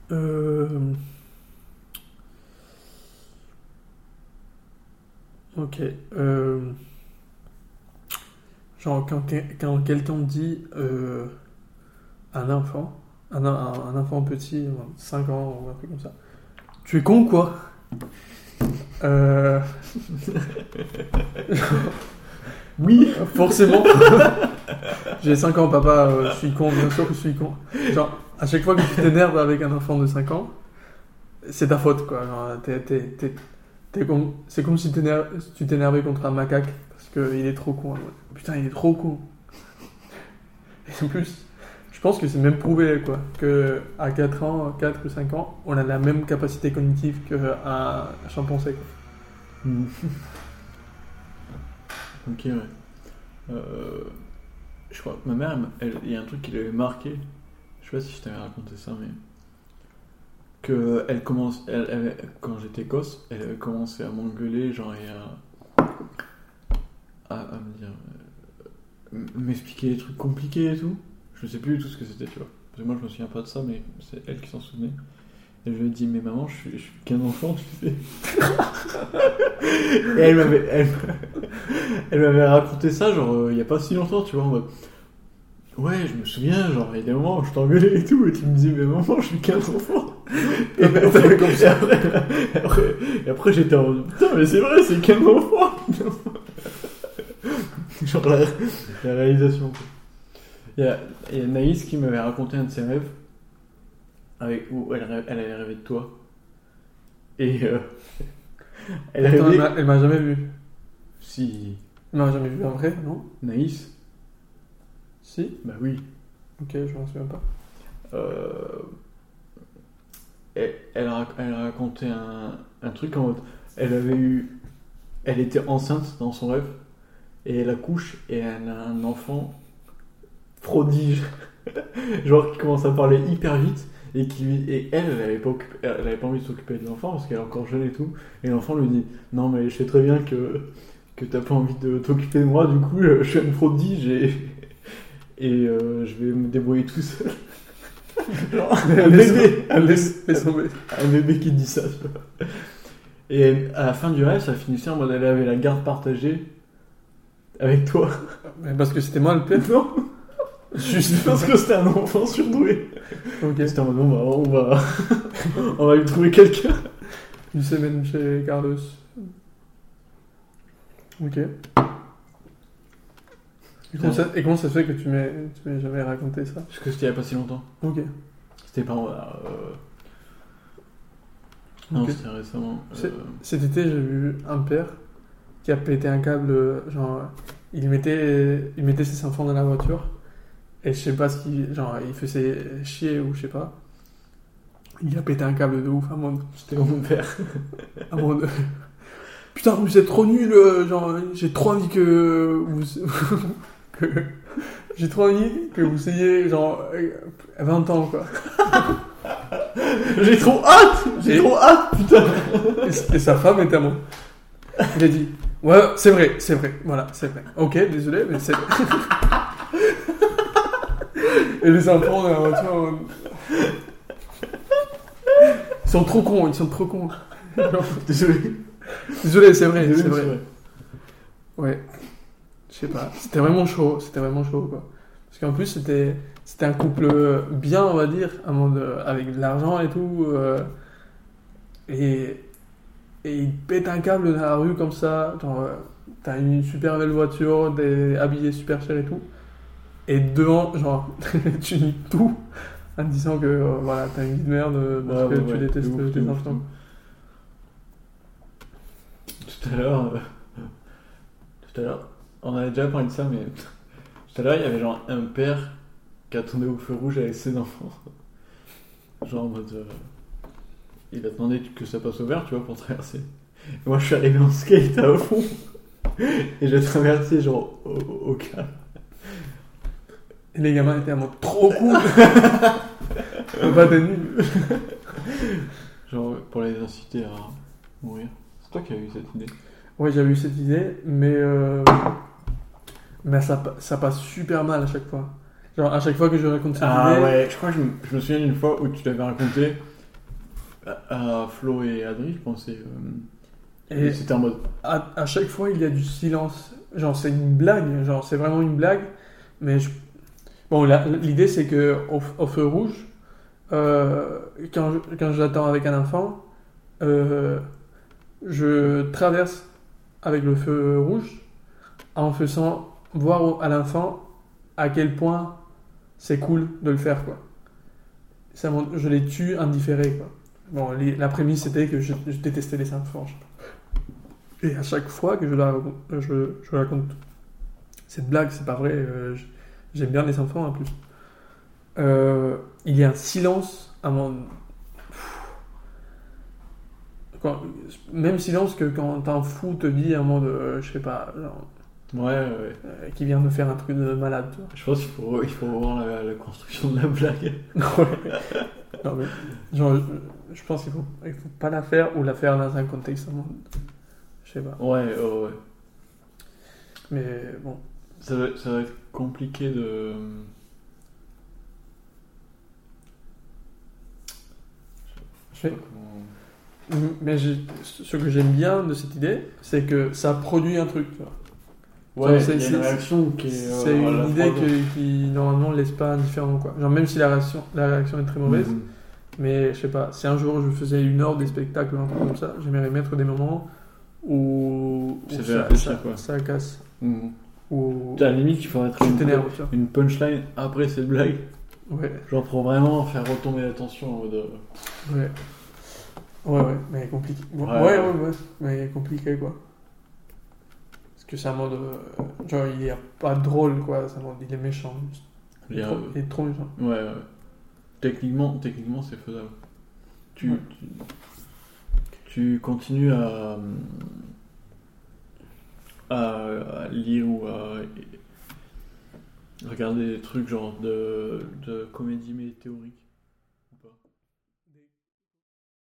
Euh... Ok. Genre, quand quelqu'un dit un enfant, un enfant petit, 5 ans ou un truc comme ça, tu es con quoi? Euh... Oui, forcément. J'ai 5 ans, papa, je suis con, bien sûr que je suis con. Genre, à chaque fois que tu t'énerves avec un enfant de 5 ans, c'est ta faute, quoi. Genre, c'est comme si tu t'énervais contre un macaque parce qu'il est trop con. Putain, il est trop con. Et en plus, je pense que c'est même prouvé, quoi, que à 4 ans, 4 ou 5 ans, on a la même capacité cognitive qu'un chimpanzé, quoi. Mm. Ok, ouais. Je crois que ma mère, il y a un truc qui l'avait marqué. Je sais pas si je t'avais raconté ça, mais que quand j'étais gosse, elle avait commencé à m'engueuler, genre et à me dire, m'expliquer des trucs compliqués et tout. Je sais plus du tout ce que c'était, tu vois. Parce que moi, je me souviens pas de ça, mais c'est elle qui s'en souvenait. Et je lui ai dit, mais maman, je suis qu'un enfant, tu sais. Et elle m'avait raconté ça, genre, il y a pas si longtemps, tu vois, en mode, ouais, je me souviens, genre, il y a des moments où je t'engueulais et tout, et tu me disais, mais maman, je suis qu'un enfant. Et après, j'étais en mode, putain, mais c'est vrai, c'est qu'un enfant. Genre, la réalisation, quoi. Il y a Naïs qui m'avait raconté un de ses rêves, où elle avait rêvé de toi. Et elle Attends, rêvait. elle m'a jamais vu. Si. Elle m'a jamais vu en vrai, non? Naïs? Si? Bah oui. Ok, je m'en souviens pas. Elle a raconté un truc en mode. Elle était enceinte dans son rêve, et elle accouche, et elle a un enfant prodige. Genre qui commence à parler hyper vite, et elle avait pas envie de s'occuper de l'enfant parce qu'elle est encore jeune et tout. Et l'enfant lui dit, non, mais je sais très bien que t'as pas envie de t'occuper de moi, du coup, je suis un prodige et je vais me débrouiller tout seul. Genre, un bébé qui dit ça, tu vois. Et à la fin du rêve, ça finissait en mode elle avait la garde partagée avec toi. Mais parce que c'était moi le père? Non, juste parce que c'était un enfant surdoué. Ok. C'était en mode on va lui trouver quelqu'un. Une semaine chez Carlos. Ok. Et comment ça se fait que tu m'aies jamais raconté ça? Parce que c'était il y a pas si longtemps. Ok. C'était pas. Non, Ok. c'était récemment. Cet été, j'ai vu un père qui a pété un câble. Genre, il mettait ses enfants dans la voiture. Et je sais pas ce qu'il. Genre, il faisait chier ou je sais pas. Il a pété un câble de ouf à mon. C'était mon père. À mon. Putain, vous êtes trop nuls. Genre, j'ai trop envie que vous. J'ai trop envie que vous ayez genre 20 ans quoi. J'ai trop hâte, putain. Et sa femme était à moi. Il a dit ouais c'est vrai, voilà c'est vrai. Ok désolé mais c'est. Et les enfants dans la voiture ils sont trop cons. Désolé c'est vrai. Ouais. Je sais pas, c'était vraiment chaud quoi. Parce qu'en plus c'était un couple bien on va dire, avec de l'argent et tout, et il pète un câble dans la rue comme ça, genre t'as une super belle voiture, des habillés super chers et tout, et devant genre tu niques tout en disant que voilà t'as une vie de merde parce que tu détestes tes enfants. Tout à l'heure, on avait déjà parlé de ça, mais tout à l'heure, il y avait genre un père qui attendait au feu rouge avec ses enfants. Genre en mode. Il attendait que ça passe au vert, tu vois, pour traverser. Et moi, je suis arrivé en skate à fond. Et j'ai traversé, genre, au calme. Et les gamins étaient en mode trop cool. Pas de nul. Genre, pour les inciter à mourir. C'est toi qui as eu cette idée. Ouais, j'avais eu cette idée, mais ça passe super mal à chaque fois. Genre, à chaque fois que je raconte cette idée... Ah ouais, je crois que je me souviens d'une fois où tu l'avais raconté, à Flo et Adri, je pense. Et c'était en mode. à chaque fois, il y a du silence. Genre, c'est une blague. Genre, c'est vraiment une blague. Mais bon, l'idée, c'est que au feu rouge, quand j'attends avec un enfant, je traverse avec le feu rouge en faisant voir à l'enfant à quel point c'est cool de le faire, quoi. Je les tue en différé, quoi. Bon, la prémisse c'était que je détestais les enfants. Et à chaque fois que je raconte cette blague, c'est pas vrai, j'aime bien les enfants en plus. Il y a un silence à mon... même silence que quand un fou te dit un mot de, je sais pas, genre, Ouais. qui vient de faire un truc de malade. Tu vois. Je pense qu'il faut voir la construction de la blague. Ouais. Non, mais, genre, je pense qu'il faut pas la faire ou la faire dans un contexte, je sais pas. Ouais. Mais bon. Ça va être compliqué de. Mais ce que j'aime bien de cette idée, c'est que ça produit un truc. Tu vois. Ouais, Genre, il y a une réaction qui est. C'est une idée qui normalement laisse pas indifférent, quoi. Genre, même si la réaction est très mauvaise, mais je sais pas, si un jour je faisais 1 heure des spectacles ou un truc comme ça, j'aimerais mettre des moments où ça casse. Ou à la limite, il faudrait être une punchline après cette blague. Ouais. Genre pour vraiment faire retomber l'attention en mode. Ouais, mais compliqué. Ouais, mais compliqué, quoi. Parce que c'est un mode. Genre, il est pas drôle, quoi. C'est un mode, il est méchant. Il est trop méchant. Ouais. Techniquement, c'est faisable. Tu continues à lire ou à regarder des trucs genre de comédie mais théorique.